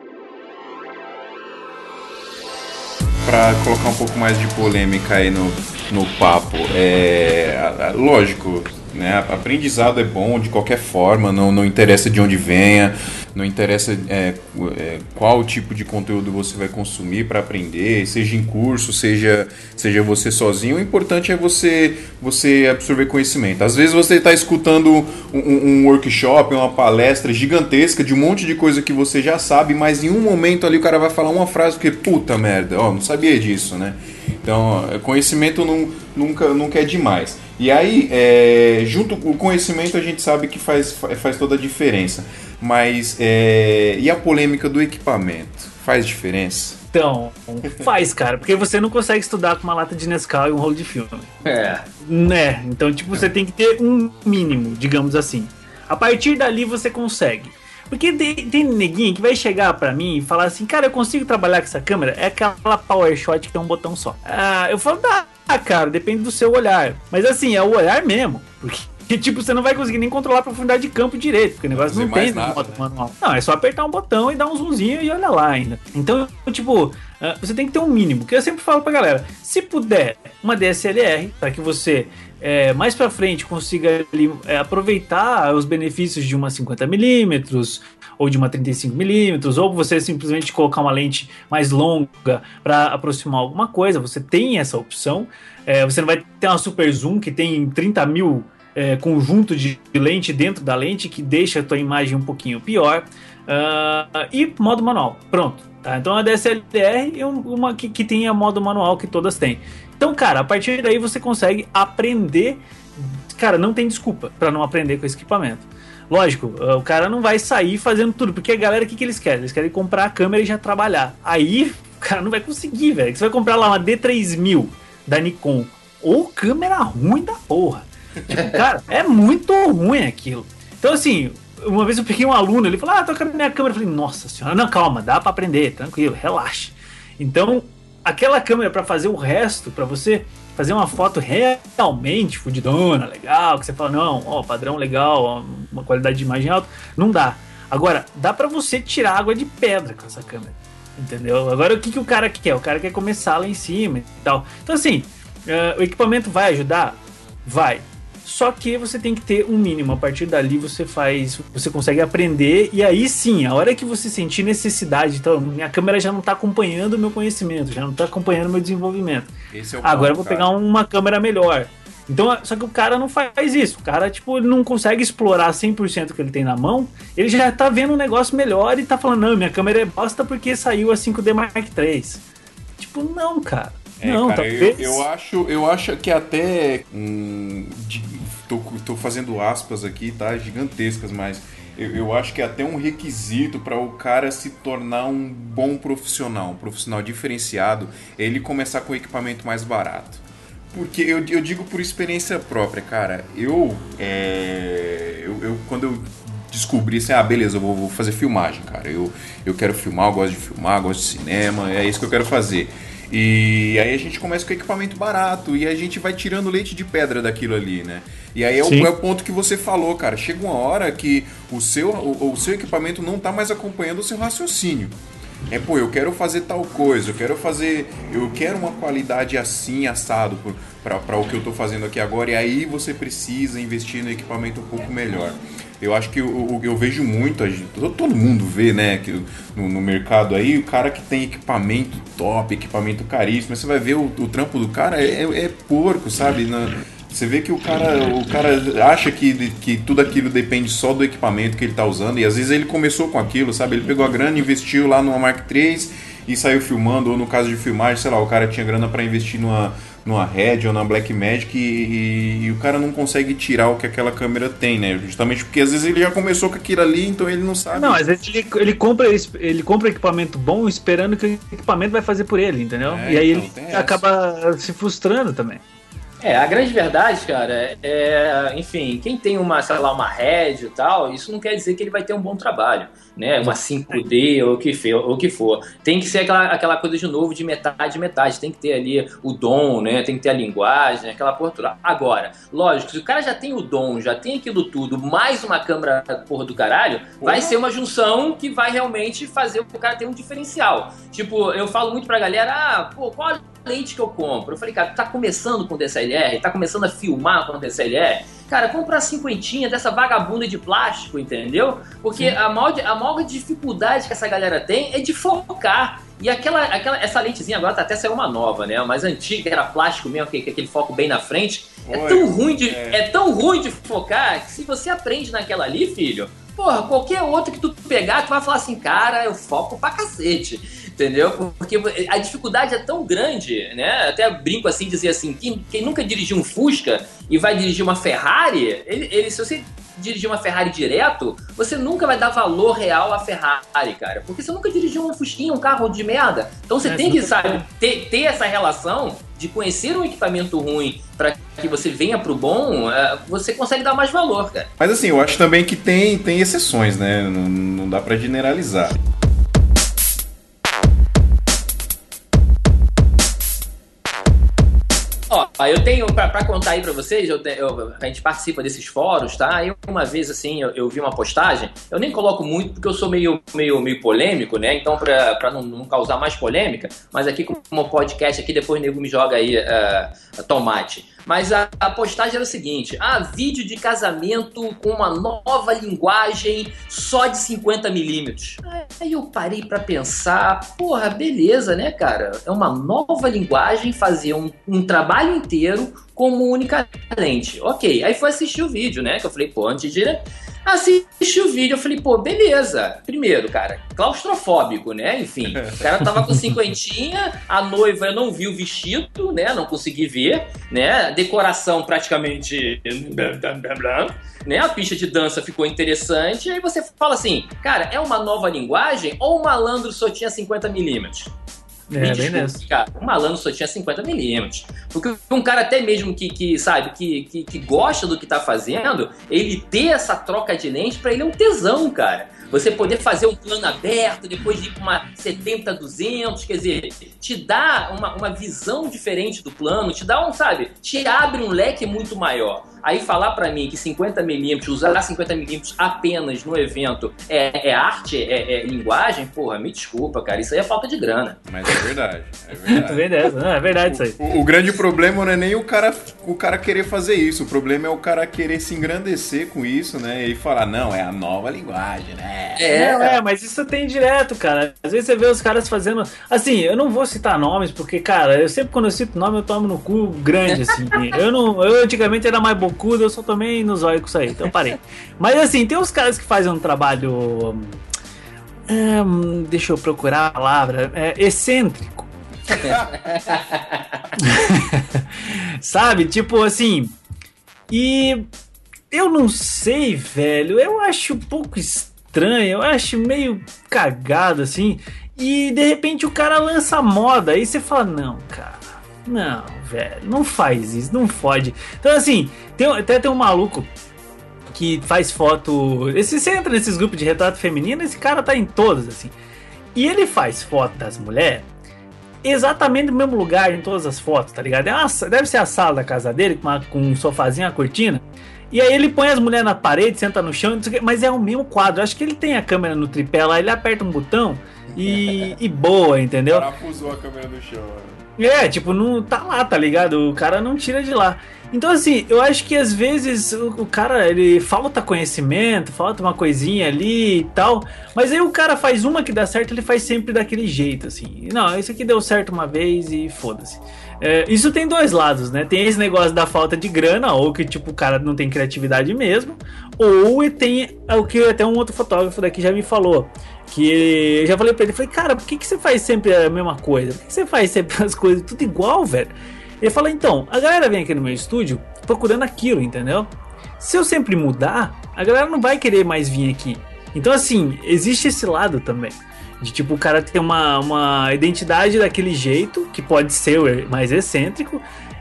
Pra colocar um pouco mais de polêmica aí no, no papo, é lógico, né? Aprendizado é bom de qualquer forma, não, não interessa de onde venha, não interessa é, é, qual tipo de conteúdo você vai consumir para aprender, seja em curso, seja, seja você sozinho. O importante é você, você absorver conhecimento. Às vezes você está escutando um, um workshop, uma palestra gigantesca de um monte de coisa que você já sabe, mas em um momento ali o cara vai falar uma frase que, puta merda, ó, não sabia disso, né? Então, conhecimento não, nunca, nunca é demais. E aí, é, junto com o conhecimento, a gente sabe que faz, faz toda a diferença. Mas, é, e a polêmica do equipamento? Faz diferença? Então, faz, cara. Porque você não consegue estudar com uma lata de Nescau e um rolo de filme. É. Né? Então, tipo, você tem que ter um mínimo, digamos assim. A partir dali, você consegue. Porque tem, tem neguinho que vai chegar pra mim e falar assim, cara, eu consigo trabalhar com essa câmera? É aquela PowerShot que tem um botão só. Ah, eu falo, ah, cara, depende do seu olhar. Mas assim, é o olhar mesmo. Porque, tipo, você não vai conseguir nem controlar a profundidade de campo direito, porque o negócio não, não tem nada, modo, né? Manual. Não, é só apertar um botão e dar um zoomzinho e olha lá ainda. Então, tipo, você tem que ter um mínimo. Que eu sempre falo pra galera, se puder, uma D S L R, para que você... É, mais pra frente consiga ali, é, aproveitar os benefícios de uma cinquenta milímetros ou de uma trinta e cinco milímetros, ou você simplesmente colocar uma lente mais longa para aproximar alguma coisa, você tem essa opção. É, você não vai ter uma super zoom que tem trinta mil é, conjunto de lente dentro da lente que deixa a tua imagem um pouquinho pior. uh, e modo manual. Pronto. Tá? Então a D S L R é uma que, que tem a modo manual que todas têm. Então, cara, a partir daí você consegue aprender. Cara, não tem desculpa para não aprender com esse equipamento. Lógico, o cara não vai sair fazendo tudo, porque a galera, o que, que eles querem? Eles querem comprar a câmera e já trabalhar. Aí, o cara não vai conseguir, velho. Você vai comprar lá uma D três mil da Nikon, ou câmera ruim da porra. Tipo, cara, é muito ruim aquilo. Então, assim, uma vez eu peguei um aluno, ele falou, ah, toca na minha câmera. Eu falei, nossa senhora, não, calma, dá pra aprender, tranquilo, relaxa. Então, aquela câmera pra fazer o resto, pra você fazer uma foto realmente fudidona, legal, que você fala, não, ó, padrão legal, ó, uma qualidade de imagem alta, não dá. Agora, dá pra você tirar água de pedra com essa câmera, entendeu? Agora, o que, que o cara quer? O cara quer começar lá em cima e tal. Então, assim, uh, o equipamento vai ajudar? Vai. Só que você tem que ter um mínimo. A partir dali você faz, você consegue aprender, e aí sim, a hora que você sentir necessidade, então minha câmera já não está acompanhando o meu conhecimento, já não está acompanhando o meu desenvolvimento. Esse é o ponto, agora eu vou cara. pegar uma câmera melhor. Então, só que o cara não faz isso. O cara, tipo, ele não consegue explorar cem por cento o que ele tem na mão. Ele já tá vendo um negócio melhor e tá falando, não, minha câmera é bosta porque saiu a cinco D Mark três. Tipo, não, cara. É, não, cara, talvez... eu, eu, acho, eu acho que até hum, de, tô, tô fazendo aspas aqui, tá? Gigantescas, mas eu, eu acho que é até um requisito para o cara se tornar um bom profissional, um profissional diferenciado, ele começar com o equipamento mais barato. Porque eu, eu digo por experiência própria, cara. Eu, é, eu, eu quando eu descobri assim, ah, beleza, eu vou, vou fazer filmagem, cara. Eu, eu quero filmar, eu gosto de filmar, eu gosto de cinema, é isso que eu quero fazer. E aí a gente começa com equipamento barato e a gente vai tirando leite de pedra daquilo ali, né? E aí é o, é o ponto que você falou, cara. Chega uma hora que o seu, o, o seu equipamento não tá mais acompanhando o seu raciocínio. É, pô, eu quero fazer tal coisa, eu quero fazer, eu quero uma qualidade assim, assado para o que eu tô fazendo aqui agora, e aí você precisa investir no equipamento um pouco melhor. Eu acho que eu, eu, eu vejo muito, a gente, todo mundo vê, né, que no, no mercado aí, o cara que tem equipamento top, equipamento caríssimo, você vai ver o, o trampo do cara, é, é porco, sabe? Na, você vê que o cara, o cara acha que, que tudo aquilo depende só do equipamento que ele tá usando, e às vezes ele começou com aquilo, sabe? Ele pegou a grana, investiu lá numa Mark três e saiu filmando, ou no caso de filmagem, sei lá, o cara tinha grana para investir numa, numa Red ou na Blackmagic e, e, e o cara não consegue tirar o que aquela câmera tem, né? Justamente porque às vezes ele já começou com aquilo ali, então ele não sabe. Não, às vezes ele, ele, compra, ele compra equipamento bom esperando que o equipamento vai fazer por ele, entendeu? É, e aí então, ele acaba se frustrando também. É, a grande verdade, cara, é, enfim, quem tem uma, sei lá, uma Red e tal, isso não quer dizer que ele vai ter um bom trabalho, né? Uma cinco D ou o que for, ou o que for. Tem que ser aquela, aquela coisa de novo de metade, metade. Tem que ter ali o dom, né? Tem que ter a linguagem, aquela porra toda. Agora, lógico, se o cara já tem o dom, já tem aquilo tudo, mais uma câmera porra do caralho, vai ser uma junção que vai realmente fazer o cara ter um diferencial. Tipo, eu falo muito pra galera, ah, pô, qual lente que eu compro? Eu falei, cara, tu tá começando com D S L R, tá começando a filmar com D S L R, cara, compra a cinquentinha dessa vagabunda de plástico, entendeu? Porque a maior, a maior dificuldade que essa galera tem é de focar. E aquela, aquela, essa lentezinha agora tá até saiu uma nova, né? A mais antiga, era plástico mesmo, que, que aquele foco bem na frente. É Oi, tão ruim de, é. é tão ruim de focar que se você aprende naquela ali, filho, porra, qualquer outro que tu pegar, tu vai falar assim, cara, eu foco pra cacete. Entendeu? Porque a dificuldade é tão grande, né? Até brinco assim, dizer assim, quem, quem nunca dirigiu um Fusca e vai dirigir uma Ferrari, ele, ele, se você dirigir uma Ferrari direto, você nunca vai dar valor real à Ferrari, cara. Porque você nunca dirigiu um Fusquinha, um carro de merda. Então você é, tem que, sabe, ter, ter essa relação de conhecer um equipamento ruim para que você venha pro bom, você consegue dar mais valor, cara. Mas assim, eu acho também que tem, tem exceções, né? Não, não dá pra generalizar. Ó, eu tenho, pra, pra contar aí pra vocês, eu, eu, a gente participa desses fóruns, tá? Aí uma vez, assim, eu, eu vi uma postagem, eu nem coloco muito porque eu sou meio, meio, meio polêmico, né? Então, pra, pra não, não causar mais polêmica, mas aqui como podcast, aqui depois o nego me joga aí uh, tomate. Mas a, a postagem era o seguinte, ah, vídeo de casamento com uma nova linguagem só de cinquenta milímetros. Aí eu parei pra pensar, porra, beleza, né, cara? É uma nova linguagem, fazer um, um trabalho inteiro como única lente. Ok, aí fui assistir o vídeo, né, que eu falei, pô, antes de Assisti o vídeo, eu falei, pô, beleza. Primeiro, cara, claustrofóbico, né? Enfim, o cara tava com cinquentinha, a noiva eu não vi o vestido, né? Não consegui ver, né? Decoração praticamente... né? A pista de dança ficou interessante, e aí você fala assim, cara, é uma nova linguagem ou o malandro só tinha cinquenta milímetros? É, Me bem desculpe, nessa. cara, o malandro só tinha cinquenta milímetros. Porque um cara até mesmo que, que sabe, que, que, que gosta do que tá fazendo, ele ter essa troca de lente, pra ele é um tesão, cara. Você poder fazer um plano aberto, depois de ir para uma setenta duzentos, quer dizer, te dá uma, uma visão diferente do plano, te dá um, sabe, te abre um leque muito maior. Aí falar pra mim que cinquenta milímetros, usar cinquenta milímetros apenas no evento é, é arte, é, é linguagem, porra, me desculpa, cara, isso aí é falta de grana. Mas é verdade, é verdade. Beleza, não, é verdade isso aí. O, o grande problema não é nem o cara, o cara querer fazer isso, o problema é o cara querer se engrandecer com isso, né, e falar, não, é a nova linguagem, né. É, não, é, mas isso tem direto, cara. Às vezes você vê os caras fazendo. Assim, eu não vou citar nomes, porque, cara, eu sempre quando eu cito nome eu tomo no cu grande, assim. Eu não. Eu antigamente era mais bocudo, eu só tomei no zóio com isso aí, então parei. Mas assim, tem uns caras que fazem um trabalho. Hum, deixa eu procurar a palavra. É, excêntrico. Sabe? Tipo assim. E. Eu não sei, velho. Eu acho um pouco estranho. Estranho, eu acho meio cagado assim, e de repente o cara lança moda, aí você fala, não, cara, não, velho, não faz isso, não fode. Então assim, tem, até tem um maluco que faz foto, esse, você entra nesses grupos de retrato feminino, esse cara tá em todos, assim, e ele faz foto das mulheres exatamente no mesmo lugar em todas as fotos, tá ligado? É uma, deve ser a sala da casa dele, com, uma, com um sofazinho, uma cortina. E aí ele põe as mulheres na parede, senta no chão, mas é o mesmo quadro. Acho que ele tem a câmera no tripé lá, ele aperta um botão e, e boa, entendeu? Parafusou a câmera do chão. É, tipo, não tá lá, tá ligado? O cara não tira de lá. Então, assim, eu acho que às vezes o, o cara, ele falta conhecimento, falta uma coisinha ali e tal, mas aí o cara faz uma que dá certo, ele faz sempre daquele jeito, assim. Não, isso aqui deu certo uma vez e foda-se. É, isso tem dois lados, né? Tem esse negócio da falta de grana, ou que, tipo, o cara não tem criatividade mesmo, ou tem o que até um outro fotógrafo daqui já me falou, que ele, eu já falei pra ele, falei, cara, por que, que você faz sempre a mesma coisa? Por que, que você faz sempre as coisas tudo igual, velho? Ele fala, então, a galera vem aqui no meu estúdio procurando aquilo, entendeu? Se eu sempre mudar, a galera não vai querer mais vir aqui. Então, assim, existe esse lado também. De tipo, o cara ter uma, uma identidade daquele jeito, que pode ser mais excêntrico,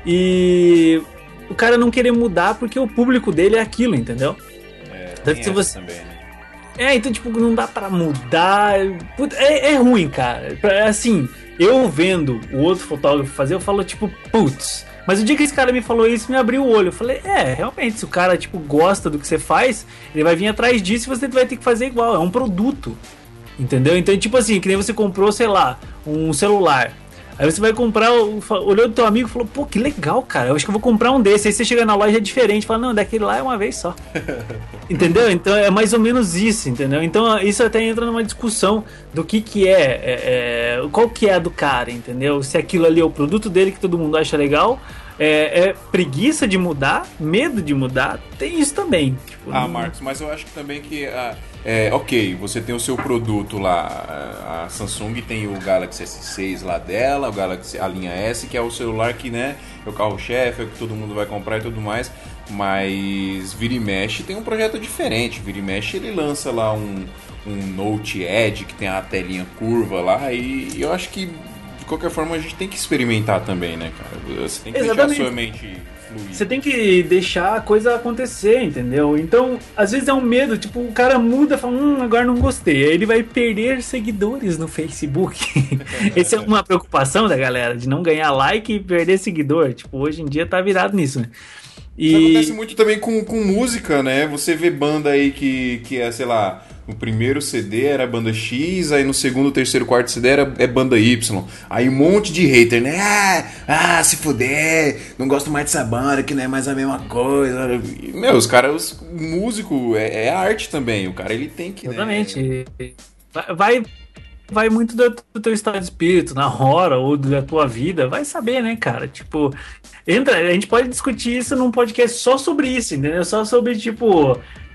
e o cara não querer mudar porque o público dele é aquilo, entendeu? É, Deve ser você... também, né? É, então, tipo, não dá pra mudar. É, é ruim, cara. Assim, eu vendo o outro fotógrafo fazer, eu falo, tipo, putz. Mas o dia que esse cara me falou isso, me abriu o olho. Eu falei, é, realmente, se o cara, tipo, gosta do que você faz, ele vai vir atrás disso e você vai ter que fazer igual. É um produto. Entendeu? Então, tipo assim, que nem você comprou, sei lá, um celular. Aí você vai comprar, olhou do teu amigo e falou, pô, que legal, cara, eu acho que eu vou comprar um desse. Aí você chega na loja, é diferente, fala, não, daquele lá é uma vez só. Entendeu? Então é mais ou menos isso, entendeu? Então isso até entra numa discussão do que que é, é, é qual que é a do cara, entendeu? Se aquilo ali é o produto dele que todo mundo acha legal, é, é preguiça de mudar, medo de mudar, tem isso também. Tipo, ah, não... Marcos, mas eu acho que também que... Ah, é, ok, você tem o seu produto lá, a Samsung tem o Galaxy S seis lá dela, o Galaxy, a linha S, que é o celular que, né, é o carro-chefe, é o que todo mundo vai comprar e tudo mais, mas vira e mexe tem um projeto diferente, vira e mexe ele lança lá um, um Note Edge que tem a telinha curva lá, e eu acho que de qualquer forma a gente tem que experimentar também, né, cara? Você tem que Exatamente. deixar a sua mente fluir. Você tem que deixar a coisa acontecer, entendeu? Então, às vezes é um medo, tipo, o cara muda e fala, hum, agora não gostei. Aí ele vai perder seguidores no Facebook. Essa é uma preocupação da galera, de não ganhar like e perder seguidor. Tipo, hoje em dia tá virado nisso, né? E... Isso acontece muito também com, com música, né? Você vê banda aí que, que é, sei lá, no primeiro C D era banda X, aí no segundo, terceiro, quarto C D era, é banda Y. Aí um monte de hater, né? Ah, ah, se fuder, não gosto mais dessa banda, que não é mais a mesma coisa. E, meu, os caras, o músico é, é arte também, o cara ele tem que... Exatamente. Né? Vai... Vai muito do, do teu estado de espírito, na hora, ou da tua vida, vai saber, né, cara? Tipo, entra, a gente pode discutir isso num podcast só sobre isso, entendeu? Só sobre, tipo,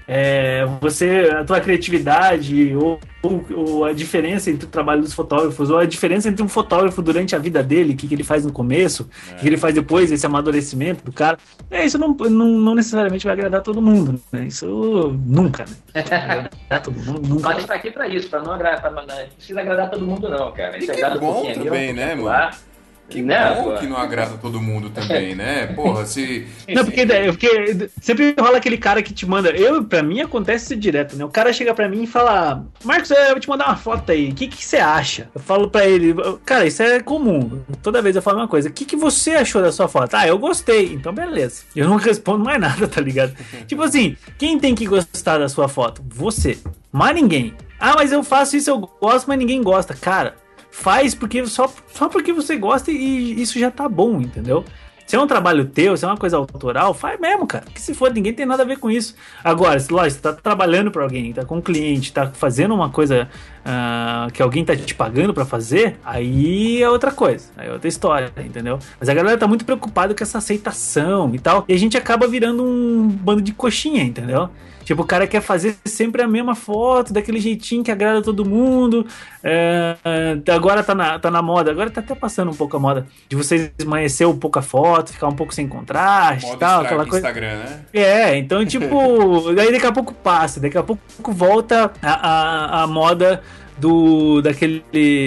é, você, a tua criatividade, ou, ou, ou a diferença entre o trabalho dos fotógrafos, ou a diferença entre um fotógrafo durante a vida dele, o que, que ele faz no começo, o é. que ele faz depois, esse amadurecimento do cara. É, isso não, não, não necessariamente vai agradar todo mundo, né? Isso nunca, né? Agradar todo mundo, nunca. Mas a gente tá aqui pra isso, pra não agradar, pra, não precisa agradar todo mundo não, cara. E que é bom um também, né, mano? Que né, bom pô? Que não agrada todo mundo também, né? Porra, se... Não, porque, porque sempre rola aquele cara que te manda... Eu, pra mim, acontece isso direto, né? O cara chega pra mim e fala... Marcos, eu vou te mandar uma foto aí. O que que você acha? Eu falo pra ele... Cara, isso é comum. Toda vez eu falo uma coisa. O que que você achou da sua foto? Ah, eu gostei. Então, beleza. Eu não respondo mais nada, tá ligado? Tipo assim, quem tem que gostar da sua foto? Você. Mais ninguém. Ah, mas eu faço isso, eu gosto, mas ninguém gosta. Cara... Faz porque só, só porque você gosta e isso já tá bom, entendeu? Se é um trabalho teu, se é uma coisa autoral, faz mesmo, cara. Que se for, ninguém tem nada a ver com isso. Agora, se lógico, você tá trabalhando pra alguém, tá com um cliente, tá fazendo uma coisa uh, que alguém tá te pagando pra fazer, aí é outra coisa, aí é outra história, entendeu? Mas a galera tá muito preocupada com essa aceitação e tal, e a gente acaba virando um bando de coxinha, entendeu? Tipo, o cara quer fazer sempre a mesma foto, daquele jeitinho que agrada todo mundo. É, agora tá na, tá na moda, agora tá até passando um pouco a moda de você esmaecer um pouco a foto, ficar um pouco sem contraste e tal. Aquela coisa. Instagram, né? É, então, tipo, daí daqui a pouco passa, daqui a pouco volta a, a, a moda do daquele.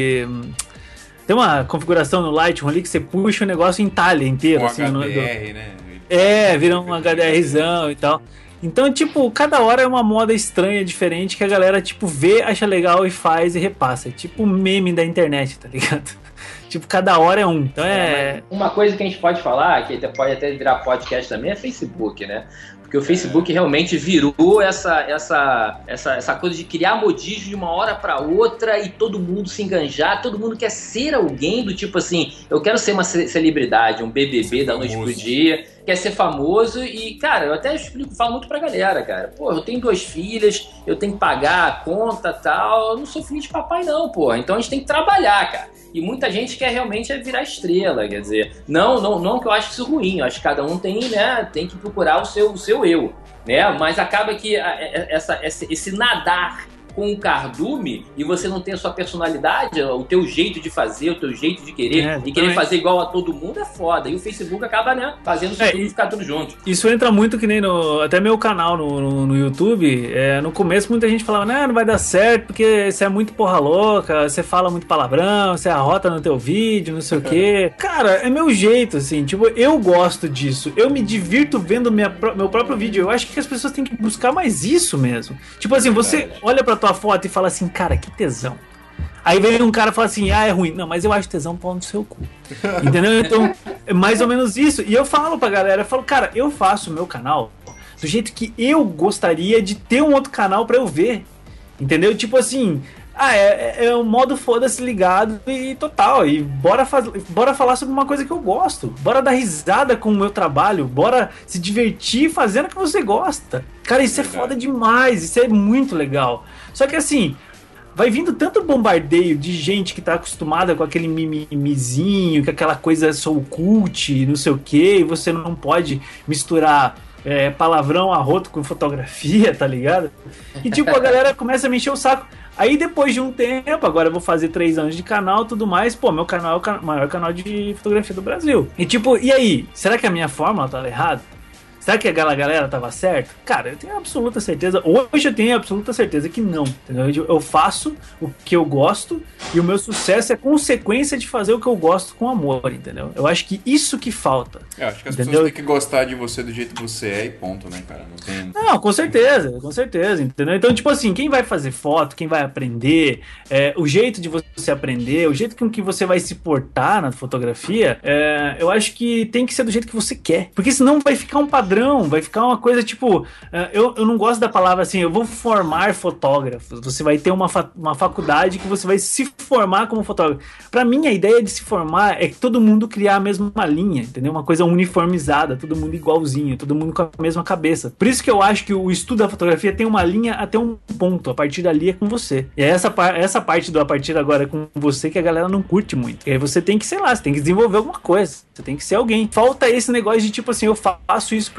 Tem uma configuração no Lightroom ali que você puxa o negócio em talha inteiro. Um assim, H D R, no, né? É, vira um HDRzão e tal. Então, tipo, cada hora é uma moda estranha, diferente, que a galera, tipo, vê, acha legal e faz e repassa. É tipo um meme da internet, tá ligado? Tipo, cada hora é um. Então é... é uma coisa que a gente pode falar, que pode até virar podcast também, é Facebook, né? Porque o Facebook é. realmente virou essa, essa, essa, essa coisa de criar modismo de uma hora pra outra e todo mundo se enganjar, todo mundo quer ser alguém do tipo assim, eu quero ser uma celebridade, um B B B da noite pro dia, quer ser famoso e, cara, eu até explico, falo muito pra galera, cara, pô, eu tenho duas filhas, eu tenho que pagar a conta e tal, eu não sou filho de papai não, pô, então a gente tem que trabalhar, cara. E muita gente quer realmente virar estrela, quer dizer, não, não, não que eu acho isso ruim, eu acho que cada um tem, né, tem que procurar o seu, o seu eu, né, mas acaba que a, essa, esse, esse nadar com um cardume e você não tem a sua personalidade, o teu jeito de fazer, o teu jeito de querer, é, e querer é. fazer igual a todo mundo é foda. E o Facebook acaba, né, fazendo isso é, tudo e ficar tudo junto. Isso entra muito que nem no... Até meu canal no, no, no YouTube, é, no começo muita gente falava, não, não vai dar certo porque você é muito porra louca, você fala muito palavrão, você arrota no teu vídeo, não sei o quê. Cara, é meu jeito, assim, tipo, eu gosto disso. Eu me divirto vendo minha, meu próprio vídeo. Eu acho que as pessoas têm que buscar mais isso mesmo. Tipo assim, você olha pra tua foto e fala assim, cara, que tesão. Aí vem um cara e fala assim, ah, é ruim. Não, mas eu acho tesão pau no seu cu. Entendeu? Então, é mais ou menos isso. E eu falo pra galera, eu falo, cara, eu faço o meu canal do jeito que eu gostaria de ter um outro canal pra eu ver. Entendeu? Tipo assim, ah, é, é o modo foda-se ligado e total. E bora, faz, bora falar sobre uma coisa que eu gosto. Bora dar risada com o meu trabalho. Bora se divertir fazendo o que você gosta. Cara, isso é foda demais. Isso é muito legal. Só que assim, vai vindo tanto bombardeio de gente que tá acostumada com aquele mimizinho, com aquela coisa sou cult, não sei o que, e você não pode misturar é, palavrão arroto com fotografia, tá ligado? E tipo, a galera começa a me encher o saco. Aí depois de um tempo, agora eu vou fazer três anos de canal e tudo mais, pô, meu canal é o can- maior canal de fotografia do Brasil. E tipo, e aí? Será que a minha fórmula tá errada? Será que aquela galera tava certa? Cara, eu tenho absoluta certeza. Hoje eu tenho absoluta certeza que não. Entendeu? Eu faço o que eu gosto e o meu sucesso é consequência de fazer o que eu gosto com amor, entendeu? Eu acho que isso que falta. Eu acho que as entendeu? pessoas têm que gostar de você do jeito que você é e ponto, né, cara? Não tem... Não, com certeza, com certeza, entendeu? Então, tipo assim, quem vai fazer foto, quem vai aprender, é, o jeito de você aprender, o jeito com que você vai se portar na fotografia, é, eu acho que tem que ser do jeito que você quer. Porque senão vai ficar um padrão. Vai ficar uma coisa tipo, eu, eu não gosto da palavra assim, eu vou formar fotógrafos. Você vai ter uma, fa- uma faculdade que você vai se formar como fotógrafo. Pra mim, a ideia de se formar é que todo mundo criar a mesma linha, entendeu? Uma coisa uniformizada, todo mundo igualzinho, todo mundo com a mesma cabeça. Por isso que eu acho que o estudo da fotografia tem uma linha até um ponto. A partir dali é com você. E é essa, par- essa parte do a partir agora é com você que a galera não curte muito. E aí você tem que, sei lá, você tem que desenvolver alguma coisa. Você tem que ser alguém. Falta esse negócio de tipo assim, eu faço isso porque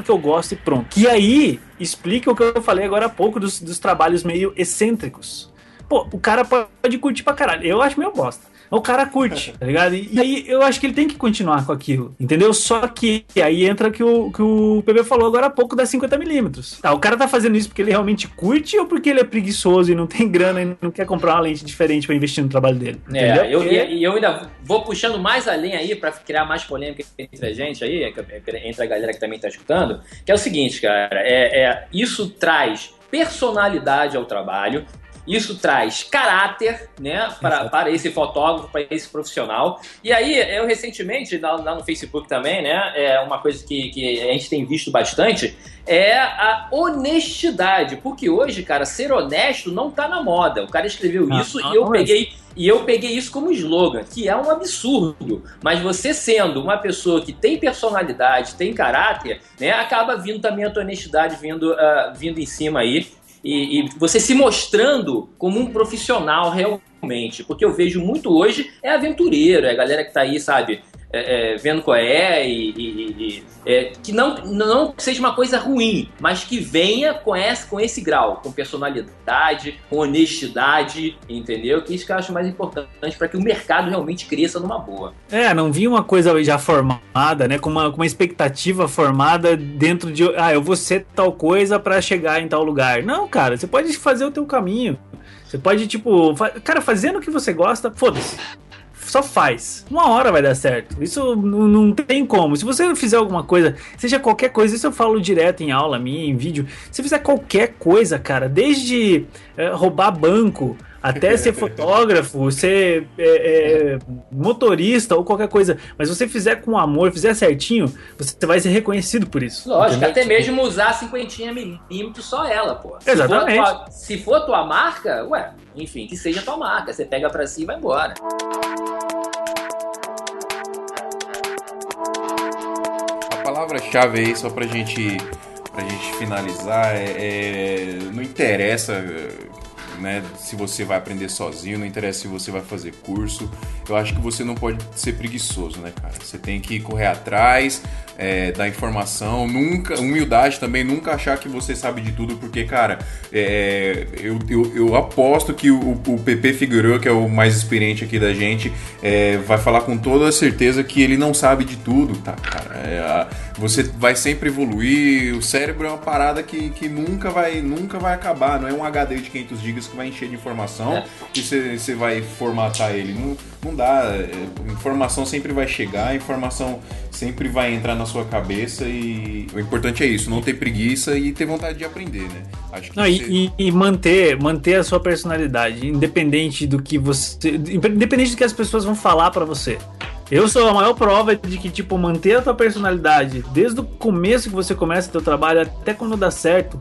porque eu gosto e pronto. E aí, explica o que eu falei agora há pouco dos, dos trabalhos meio excêntricos. Pô, o cara pode curtir pra caralho. Eu acho meio bosta. O cara curte, tá ligado? E aí eu acho que ele tem que continuar com aquilo, entendeu? Só que aí entra que o que o P B falou agora há pouco das cinquenta milímetros. Tá, o cara tá fazendo isso porque ele realmente curte ou porque ele é preguiçoso e não tem grana e não quer comprar uma lente diferente pra investir no trabalho dele? É, eu, e, e eu ainda vou puxando mais a linha aí pra criar mais polêmica entre a gente aí, entre a galera que também tá escutando, que é o seguinte, cara, é, é, isso traz personalidade ao trabalho. Isso traz caráter, né, para, para esse fotógrafo, para esse profissional. E aí, eu recentemente, lá, lá no Facebook também, né, é uma coisa que, que a gente tem visto bastante, é a honestidade. Porque hoje, cara, ser honesto não tá na moda. O cara escreveu ah, isso ah, e eu peguei... E eu peguei isso como slogan, que é um absurdo. Mas você sendo uma pessoa que tem personalidade, tem caráter, né, acaba vindo também a tua honestidade vindo, uh, vindo em cima aí. E, e você se mostrando como um profissional realmente. Porque eu vejo muito hoje é aventureiro, é a galera que tá aí, sabe, é, é, vendo qual é e, e, e é, que não, não seja uma coisa ruim, mas que venha com esse, com esse grau, com personalidade, com honestidade, entendeu? Que isso que eu acho mais importante para que o mercado realmente cresça numa boa. É, não vi uma coisa já formada, né, com uma, com uma expectativa formada dentro de, ah, eu vou ser tal coisa para chegar em tal lugar. Não, cara, você pode fazer o teu caminho. Você pode, tipo, fa- cara, fazendo o que você gosta, foda-se. Só faz. Uma hora vai dar certo. Isso não, não tem como. Se você fizer alguma coisa, seja qualquer coisa, isso eu falo direto em aula minha, em vídeo. Se você fizer qualquer coisa, cara, desde é, roubar banco, até ser fotógrafo, ser é, é, motorista ou qualquer coisa, mas você fizer com amor, fizer certinho, você vai ser reconhecido por isso. Lógico, entendeu? Até mesmo usar cinquenta milímetros só ela, pô. Se Exatamente. For tua, se for tua marca, ué, enfim, que seja tua marca. Você pega pra si e vai embora. A palavra-chave aí, só pra gente, pra gente finalizar, é, é não interessa... né, se você vai aprender sozinho, não interessa se você vai fazer curso. Eu acho que você não pode ser preguiçoso, né, cara? Você tem que correr atrás, é, da informação, nunca, humildade também, nunca achar que você sabe de tudo, porque, cara, é, eu, eu, eu aposto que o, o P P Figueiredo, que é o mais experiente aqui da gente, é, vai falar com toda a certeza que ele não sabe de tudo, tá, cara? É, a, você vai sempre evoluir, o cérebro é uma parada que, que nunca, vai, nunca vai acabar, não é um H D de quinhentos gigas que vai encher de informação é. e você, você vai formatar ele. Não, não dá. Informação sempre vai chegar, informação sempre vai entrar na sua cabeça e o importante é isso, não ter preguiça e ter vontade de aprender, né? Acho que não, você... e, e manter, manter a sua personalidade, independente do que você, independente do que as pessoas vão falar pra você. Eu sou a maior prova de que, tipo, manter a tua personalidade desde o começo que você começa o teu trabalho até quando dá certo,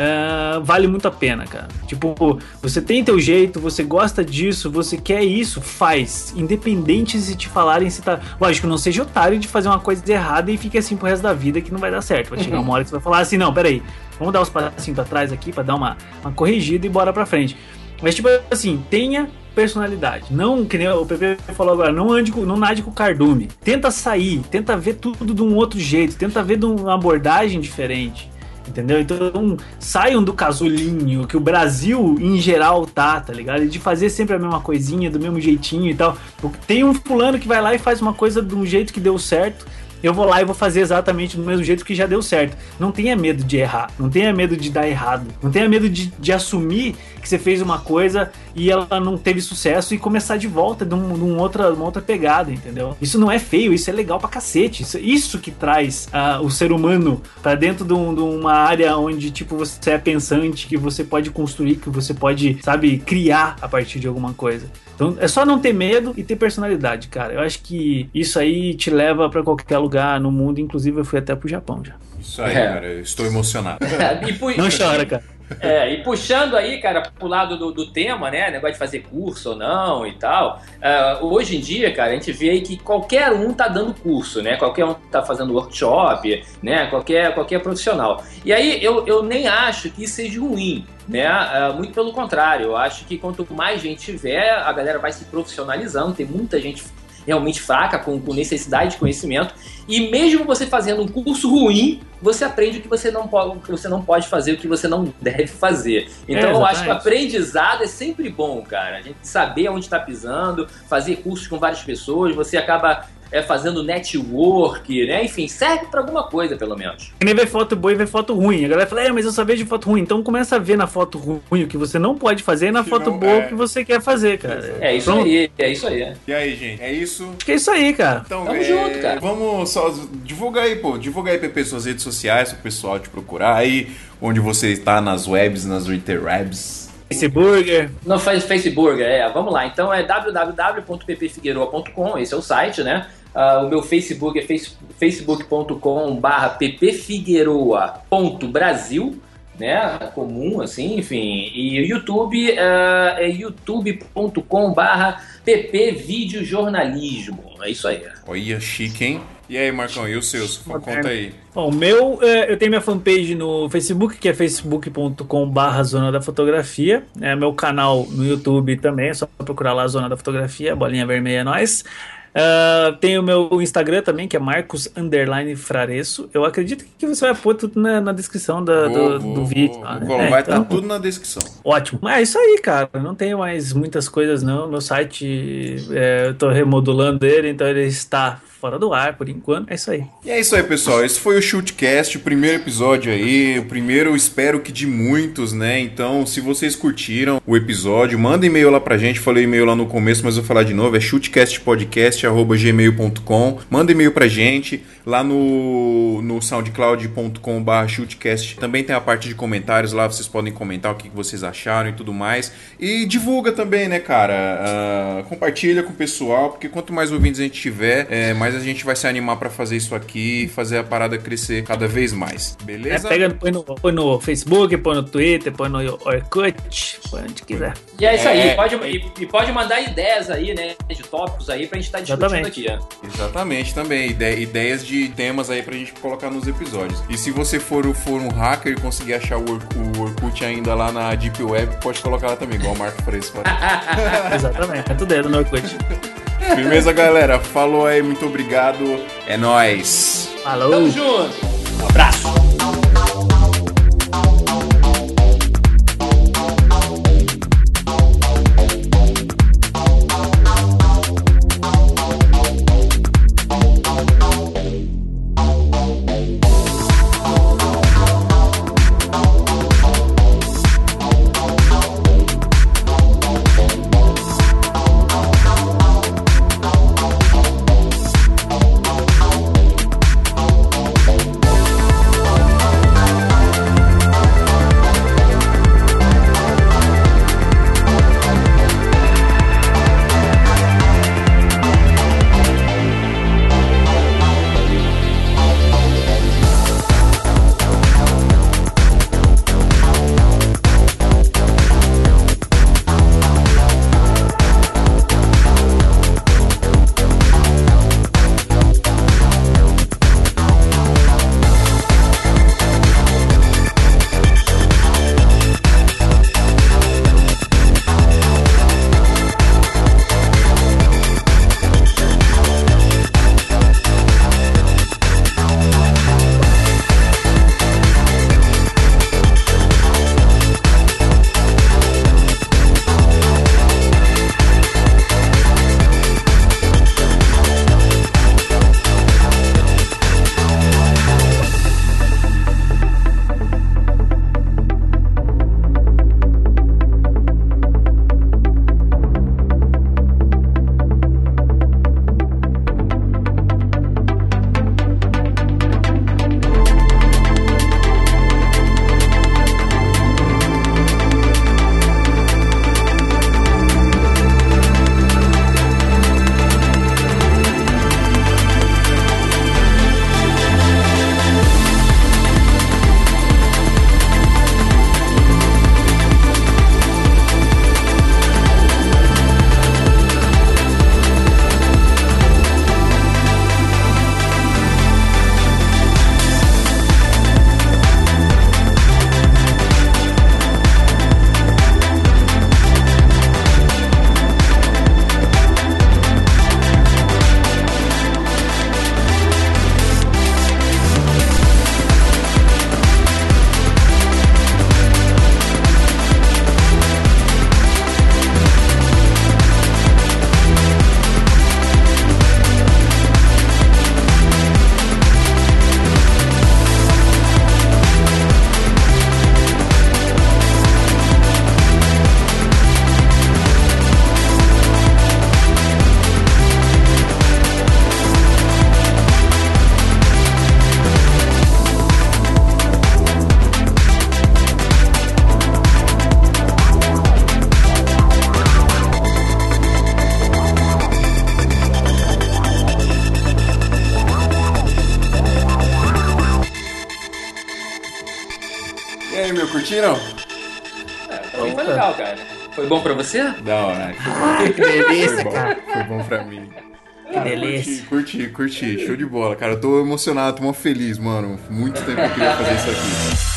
é, vale muito a pena, cara. Tipo, você tem teu jeito, você gosta disso, você quer isso, faz. Independente se te falarem se tá... Lógico, não seja otário de fazer uma coisa errada e fique assim pro resto da vida que não vai dar certo. Vai chegar uma hora que você vai falar assim, não, peraí, vamos dar uns passinhos pra trás aqui pra dar uma, uma corrigida e bora pra frente. Mas, tipo assim, tenha personalidade. Não, que nem o P P falou agora, não ande com, não nade com cardume. Tenta sair, tenta ver tudo de um outro jeito, tenta ver de uma abordagem diferente. Entendeu? Então saiam do casulinho que o Brasil em geral tá, tá ligado? De fazer sempre a mesma coisinha, do mesmo jeitinho e tal. Tem um fulano que vai lá e faz uma coisa de um jeito que deu certo. Eu vou lá e vou fazer exatamente do mesmo jeito que já deu certo. Não tenha medo de errar, não tenha medo de dar errado, não tenha medo de, de assumir que você fez uma coisa e ela não teve sucesso e começar de volta de, um, de um outra, uma outra pegada, entendeu? Isso não é feio, isso é legal pra cacete. Isso, isso que traz uh, o ser humano pra dentro de, um, de uma área onde, tipo, você é pensante, que você pode construir, que você pode, sabe, criar a partir de alguma coisa. Então é só não ter medo e ter personalidade, cara. Eu acho que isso aí te leva pra qualquer lugar no mundo, inclusive eu fui até pro Japão já. Isso aí, é. Cara, eu estou emocionado. e pu... Não chora, cara. É, e puxando aí, cara, pro lado do, do tema, né, negócio de fazer curso ou não e tal, uh, hoje em dia, cara, a gente vê aí que qualquer um tá dando curso, né, qualquer um tá fazendo workshop, né, qualquer, qualquer profissional. E aí eu, eu nem acho que isso seja ruim, né, uh, muito pelo contrário, eu acho que quanto mais gente tiver, a galera vai se profissionalizando, tem muita gente realmente fraca, com, com necessidade de conhecimento. E mesmo você fazendo um curso ruim, você aprende o que você não pode, o que você não pode fazer, o que você não deve fazer. Então é, eu acho que o aprendizado é sempre bom, cara. A gente saber onde está pisando, fazer cursos com várias pessoas, você acaba é, fazendo network, né? Enfim, serve pra alguma coisa, pelo menos. Nem ver foto boa e ver foto ruim. A galera fala, é, mas eu só vejo foto ruim. Então começa a ver na foto ruim o que você não pode fazer e na que foto boa é. o que você quer fazer, cara. É isso Pronto. aí, é isso aí. E aí, gente, é isso? Acho que é isso aí, cara. Então, Tamo é... junto, cara. Vamos só divulgar aí, pô. Divulga aí, Pepe, suas redes sociais, pro pessoal te procurar aí, onde você está nas webs, nas interwebs. Facebook. Não faz Facebook, é. Vamos lá. Então é w w w ponto p p figueroa ponto com, esse é o site, né? Uh, o meu Facebook é face, facebook ponto com barra ppfigueroa.brasil, né? Comum, assim, enfim. E o YouTube uh, é youtube ponto com barra ppvideojornalismo. É isso aí. Olha, chique, hein? E aí, Marcão, e os seus? Conta aí. Bom, o meu, eu tenho minha fanpage no Facebook, que é facebook ponto com barra Zona da Fotografia. É meu canal no YouTube também, é só procurar lá Zona da Fotografia, bolinha vermelha é nóis. Uh, tem o meu Instagram também, que é Marcos Underline Fraresso. Eu acredito que você vai pôr tudo na, na descrição da, vou, do, vou, do vídeo. Vou, né? vou, é, vai então, estar tudo na descrição. Ótimo. Mas é isso aí, cara. Não tenho mais muitas coisas, não. Meu site, é, eu tô remodulando ele, então ele está fora do ar por enquanto. É isso aí. E é isso aí, pessoal. Esse foi o Shootcast, o primeiro episódio aí. O primeiro, espero que de muitos, né? Então, se vocês curtiram o episódio, manda e-mail lá pra gente. Falei e-mail lá no começo, mas eu vou falar de novo. É shootcastpodcast arroba gmail ponto com. Manda e-mail pra gente. Lá no, no soundcloud ponto com barra shootcast também tem a parte de comentários. Lá vocês podem comentar o que vocês acharam e tudo mais. E divulga também, né, cara? Uh, compartilha com o pessoal, porque quanto mais ouvintes a gente tiver, é, mais a gente vai se animar pra fazer isso aqui e fazer a parada crescer cada vez mais. Beleza? É, pega, põe, no, põe no Facebook, põe no Twitter, põe no Orkut, põe onde quiser. E é isso aí. É, pode, e, e pode mandar ideias aí, né? De tópicos aí pra gente estar tá discutindo Exatamente. aqui. Ó. Exatamente, também. Ide- ideias de temas aí pra gente colocar nos episódios. E se você for, for um hacker e conseguir achar o, Or- o Orkut ainda lá na Deep Web, pode colocar lá também, igual o Marco Fresco. Exatamente. É tudo dentro no Orkut. Firmeza, galera. Falou aí, muito obrigado. É nóis. Falou. Tamo junto. Um abraço. curtiram? É, pra mim foi legal, cara. Foi bom pra você? Da hora. Que delícia, Foi bom, cara. foi bom pra mim. Que delícia. Curti, curti, curti. Show de bola, cara. Eu tô emocionado, tô mó feliz, mano. Muito tempo que eu queria fazer isso aqui.